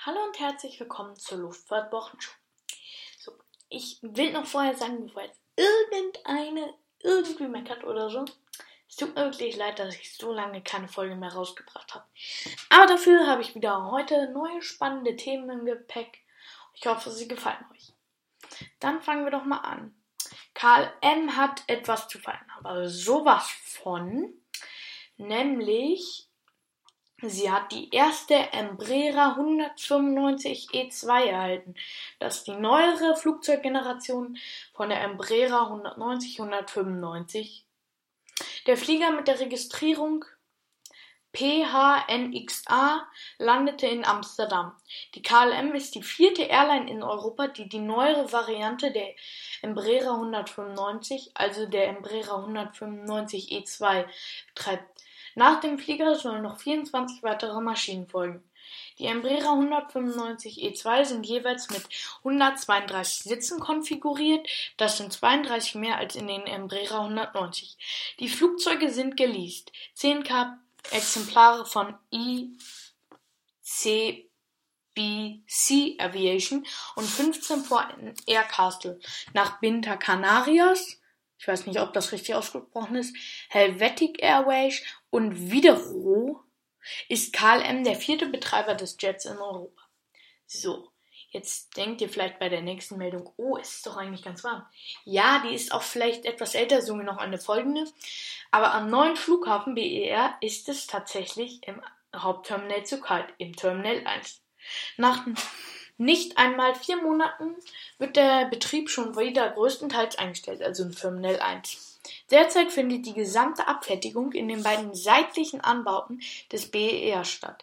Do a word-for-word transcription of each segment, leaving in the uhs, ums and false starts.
Hallo und herzlich willkommen zur Luftfahrt-Wochenshow. So, ich will noch vorher sagen, bevor jetzt irgendeine irgendwie meckert oder so, es tut mir wirklich leid, dass ich so lange keine Folge mehr rausgebracht habe. Aber dafür habe ich wieder heute neue spannende Themen im Gepäck. Ich hoffe, sie gefallen euch. Dann fangen wir doch mal an. K L M hat etwas zu feiern, aber sowas von, nämlich sie hat die erste Embraer hundertfünfundneunzig E zwei erhalten. Das ist die neuere Flugzeuggeneration von der Embraer hundertneunzig hundertfünfundneunzig. Der Flieger mit der Registrierung P H N X A landete in Amsterdam. Die K L M ist die vierte Airline in Europa, die die neuere Variante der Embraer hundertfünfundneunzig, also der Embraer hundertfünfundneunzig E zwei, betreibt. Nach dem Flieger sollen noch vierundzwanzig weitere Maschinen folgen. Die Embraer hundertfünfundneunzig E zwei sind jeweils mit hundertzweiunddreißig Sitzen konfiguriert, das sind zweiunddreißig mehr als in den Embraer hundertneunzig. Die Flugzeuge sind geleast, zehn Exemplare von I C B C Aviation und fünfzehn von Aircastle nach Binter Canarias, ich weiß nicht, ob das richtig ausgesprochen ist, Helvetic Airways und Widerøe ist K L M der vierte Betreiber des Jets in Europa. So, jetzt denkt ihr vielleicht bei der nächsten Meldung, oh, es ist doch eigentlich ganz warm. Ja, die ist auch vielleicht etwas älter, so wie noch eine folgende. Aber am neuen Flughafen B E R ist es tatsächlich im Hauptterminal zu kalt, im Terminal eins. Nach nicht einmal vier Monaten wird der Betrieb schon wieder größtenteils eingestellt, also in Terminal eins. Derzeit findet die gesamte Abfertigung in den beiden seitlichen Anbauten des B E R statt.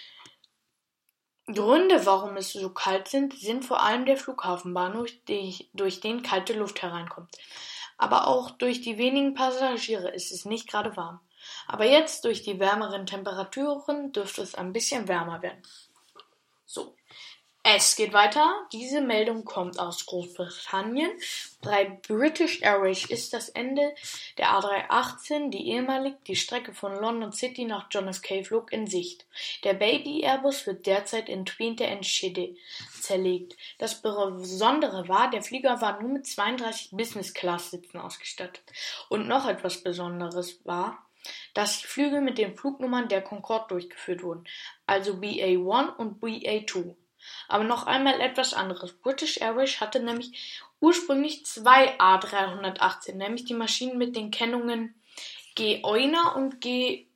Gründe, warum es so kalt sind, sind vor allem der Flughafenbahnhof, durch den kalte Luft hereinkommt. Aber auch durch die wenigen Passagiere ist es nicht gerade warm. Aber jetzt, durch die wärmeren Temperaturen, dürfte es ein bisschen wärmer werden. So. Es geht weiter. Diese Meldung kommt aus Großbritannien. Bei British Airways ist das Ende der A drei achtzehn, die ehemalig die Strecke von London City nach John F. K. flog, in Sicht. Der Baby Airbus wird derzeit in Twente Enschede zerlegt. Das Besondere war, der Flieger war nur mit zweiunddreißig Business-Class-Sitzen ausgestattet. Und noch etwas Besonderes war, dass die Flüge mit den Flugnummern der Concorde durchgeführt wurden, also B A eins und B A zwei. Aber noch einmal etwas anderes. British Airways hatte nämlich ursprünglich zwei A drei achtzehn, nämlich die Maschinen mit den Kennungen G eins und G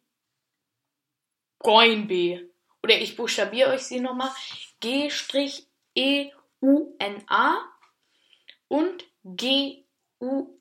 neun B. Oder ich buchstabiere euch sie nochmal. G E U N A und G U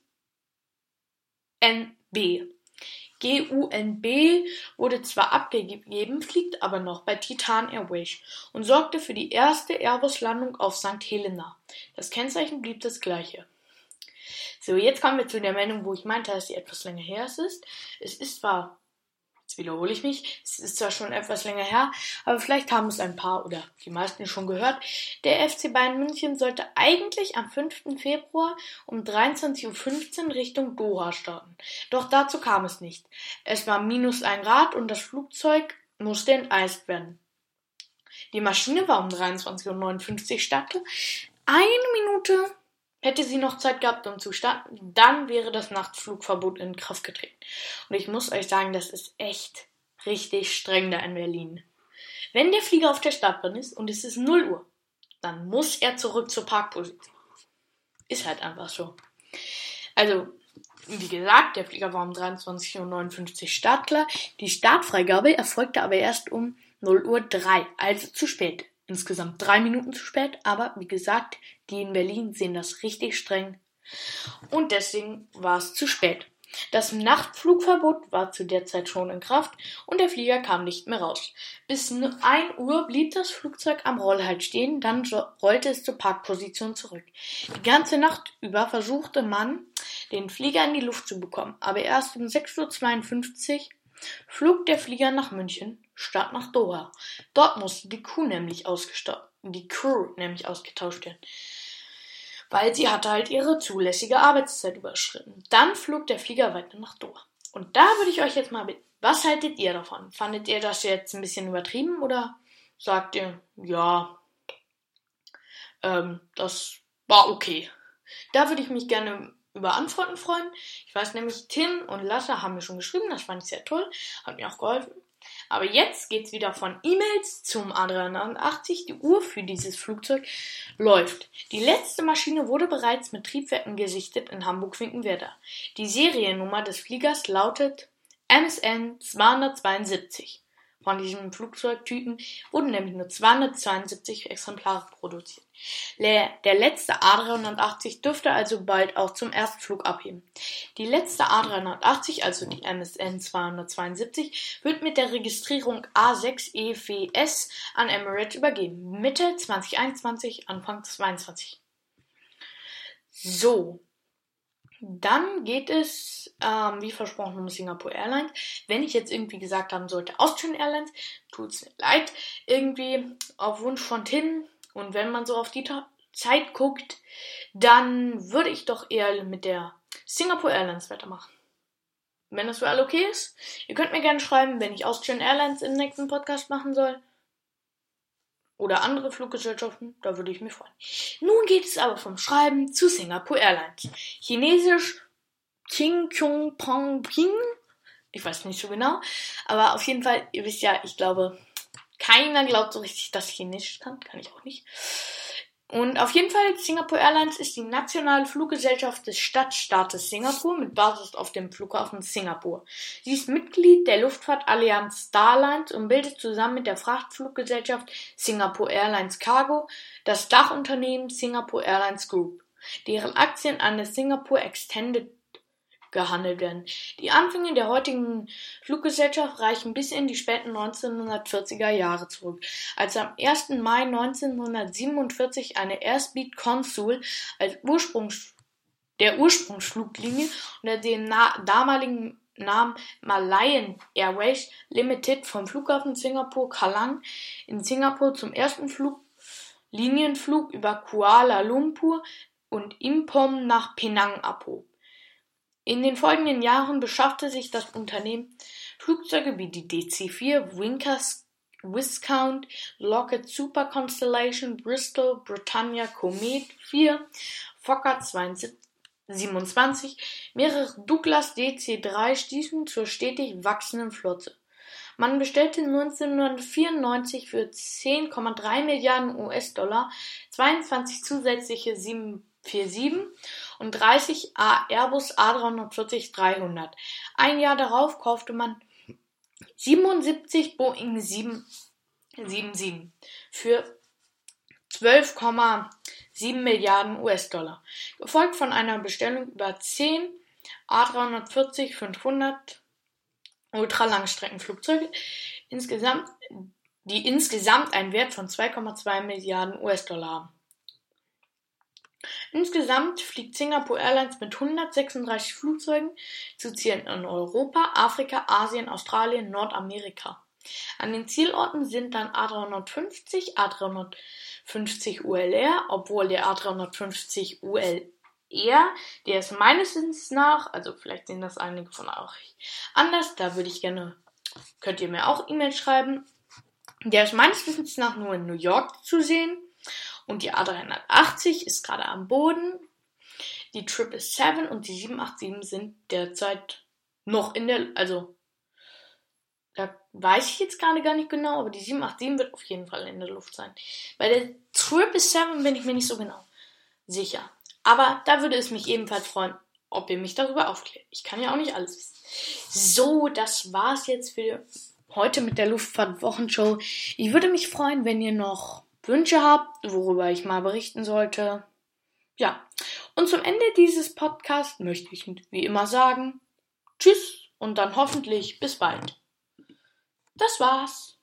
N B. G U N B wurde zwar abgegeben, fliegt aber noch bei Titan Airways und sorgte für die erste Airbus-Landung auf Sankt Helena. Das Kennzeichen blieb das gleiche. So, jetzt kommen wir zu der Meldung, wo ich meinte, dass sie etwas länger her ist. Es ist zwar, jetzt wiederhole ich mich, es ist zwar schon etwas länger her, aber vielleicht haben es ein paar oder die meisten schon gehört. Der F C Bayern München sollte eigentlich am fünften Februar um dreiundzwanzig Uhr fünfzehn Richtung Doha starten. Doch dazu kam es nicht. Es war minus ein Grad und das Flugzeug musste enteist werden. Die Maschine war um dreiundzwanzig Uhr neunundfünfzig starten. Eine Minute hätte sie noch Zeit gehabt, um zu starten, dann wäre das Nachtflugverbot in Kraft getreten. Und ich muss euch sagen, das ist echt richtig streng da in Berlin. Wenn der Flieger auf der Startbahn ist und es ist null Uhr, dann muss er zurück zur Parkposition. Ist halt einfach so. Also, wie gesagt, der Flieger war um dreiundzwanzig Uhr neunundfünfzig startklar. Die Startfreigabe erfolgte aber erst um null Uhr drei, also zu spät. Insgesamt drei Minuten zu spät, aber wie gesagt, die in Berlin sehen das richtig streng und deswegen war es zu spät. Das Nachtflugverbot war zu der Zeit schon in Kraft und der Flieger kam nicht mehr raus. Bis ein Uhr blieb das Flugzeug am Rollhalt stehen, dann rollte es zur Parkposition zurück. Die ganze Nacht über versuchte man, den Flieger in die Luft zu bekommen, aber erst um sechs Uhr zweiundfünfzig flog der Flieger nach München statt nach Doha. Dort musste die Crew nämlich ausgestaut, die Crew nämlich ausgetauscht werden, weil sie hatte halt ihre zulässige Arbeitszeit überschritten. Dann flog der Flieger weiter nach Doha. Und da würde ich euch jetzt mal bitten, was haltet ihr davon? Fandet ihr das jetzt ein bisschen übertrieben oder sagt ihr, ja, Ähm, das war okay. Da würde ich mich gerne über Antworten freuen. Ich weiß nämlich, Tim und Lasse haben mir schon geschrieben, das fand ich sehr toll, hat mir auch geholfen. Aber jetzt geht's wieder von E-Mails zum A drei achtzig. Die Uhr für dieses Flugzeug läuft. Die letzte Maschine wurde bereits mit Triebwerken gesichtet in Hamburg-Finkenwerder. Die Seriennummer des Fliegers lautet M S N zweihundertzweiundsiebzig. Von diesem Flugzeugtypen wurden nämlich nur zweihundertzweiundsiebzig Exemplare produziert. Der letzte A drei achtzig dürfte also bald auch zum Erstflug abheben. Die letzte A drei achtzig, also die M S N zweihundertzweiundsiebzig, wird mit der Registrierung A sechs E V S an Emirates übergeben. Mitte zwanzig einundzwanzig, Anfang zweiundzwanzig. So. Dann geht es, ähm, wie versprochen, um Singapore Airlines. Wenn ich jetzt irgendwie gesagt haben sollte, Austrian Airlines, tut's mir leid, irgendwie auf Wunsch von Tim. Und wenn man so auf die Ta- Zeit guckt, dann würde ich doch eher mit der Singapore Airlines weitermachen. Wenn das für alle okay ist. Ihr könnt mir gerne schreiben, wenn ich Austrian Airlines im nächsten Podcast machen soll. Oder andere Fluggesellschaften, da würde ich mich freuen. Nun geht es aber vom Schreiben zu Singapore Airlines. Chinesisch Ching Chung Pong Ping. Ich weiß nicht so genau. Aber auf jeden Fall, ihr wisst ja, ich glaube, keiner glaubt so richtig, dass ich Chinesisch kann. Kann ich auch nicht. Und auf jeden Fall, Singapore Airlines ist die nationale Fluggesellschaft des Stadtstaates Singapur mit Basis auf dem Flughafen Singapur. Sie ist Mitglied der Luftfahrtallianz Starlines und bildet zusammen mit der Frachtfluggesellschaft Singapore Airlines Cargo das Dachunternehmen Singapore Airlines Group, deren Aktien an der Singapore Extended gehandelt werden. Die Anfänge der heutigen Fluggesellschaft reichen bis in die späten neunzehnhundertvierziger Jahre zurück, als am ersten Mai neunzehnhundertsiebenundvierzig eine Airspeed Consul als Ursprungs der Ursprungsfluglinie unter dem na- damaligen Namen Malayan Airways Limited vom Flughafen Singapur Kallang in Singapur zum ersten Flug Linienflug über Kuala Lumpur und Impom nach Penang abhob. In den folgenden Jahren beschaffte sich das Unternehmen Flugzeuge wie die D C vier, Winkers, Viscount, Lockheed Super Constellation, Bristol, Britannia Comet vier, Fokker siebenundzwanzig, mehrere Douglas D C drei stießen zur stetig wachsenden Flotte. Man bestellte neunzehnhundertvierundneunzig für zehn Komma drei Milliarden U S-Dollar zweiundzwanzig zusätzliche sieben vier sieben und dreißig Airbus A drei vierzig dreihundert. Ein Jahr darauf kaufte man siebenundsiebzig Boeing sieben sieben sieben für zwölf Komma sieben Milliarden U S-Dollar, gefolgt von einer Bestellung über zehn A drei vierzig fünfhundert Ultralangstreckenflugzeuge, insgesamt, die insgesamt einen Wert von zwei Komma zwei Milliarden U S-Dollar haben. Insgesamt fliegt Singapore Airlines mit hundertsechsunddreißig Flugzeugen zu Zielen in Europa, Afrika, Asien, Australien, Nordamerika. An den Zielorten sind dann A drei fünfzig, A drei fünfzig U L R, obwohl der A drei fünfzig U L R, der ist meines Wissens nach, also vielleicht sehen das einige von euch anders, da würde ich gerne, könnt ihr mir auch E-Mail schreiben, der ist meines Wissens nach nur in New York zu sehen. Und die A drei achtzig ist gerade am Boden. Die sieben sieben sieben und die sieben acht sieben sind derzeit noch in der, also da weiß ich jetzt gerade gar nicht genau, aber die sieben acht sieben wird auf jeden Fall in der Luft sein. Bei der sieben sieben sieben bin ich mir nicht so genau sicher. Aber da würde es mich ebenfalls freuen, ob ihr mich darüber aufklärt. Ich kann ja auch nicht alles wissen. So, das war's jetzt für heute mit der Luftfahrt-Wochenshow. Ich würde mich freuen, wenn ihr noch Wünsche habt, worüber ich mal berichten sollte. Ja, und zum Ende dieses Podcasts möchte ich wie immer sagen, tschüss und dann hoffentlich bis bald. Das war's.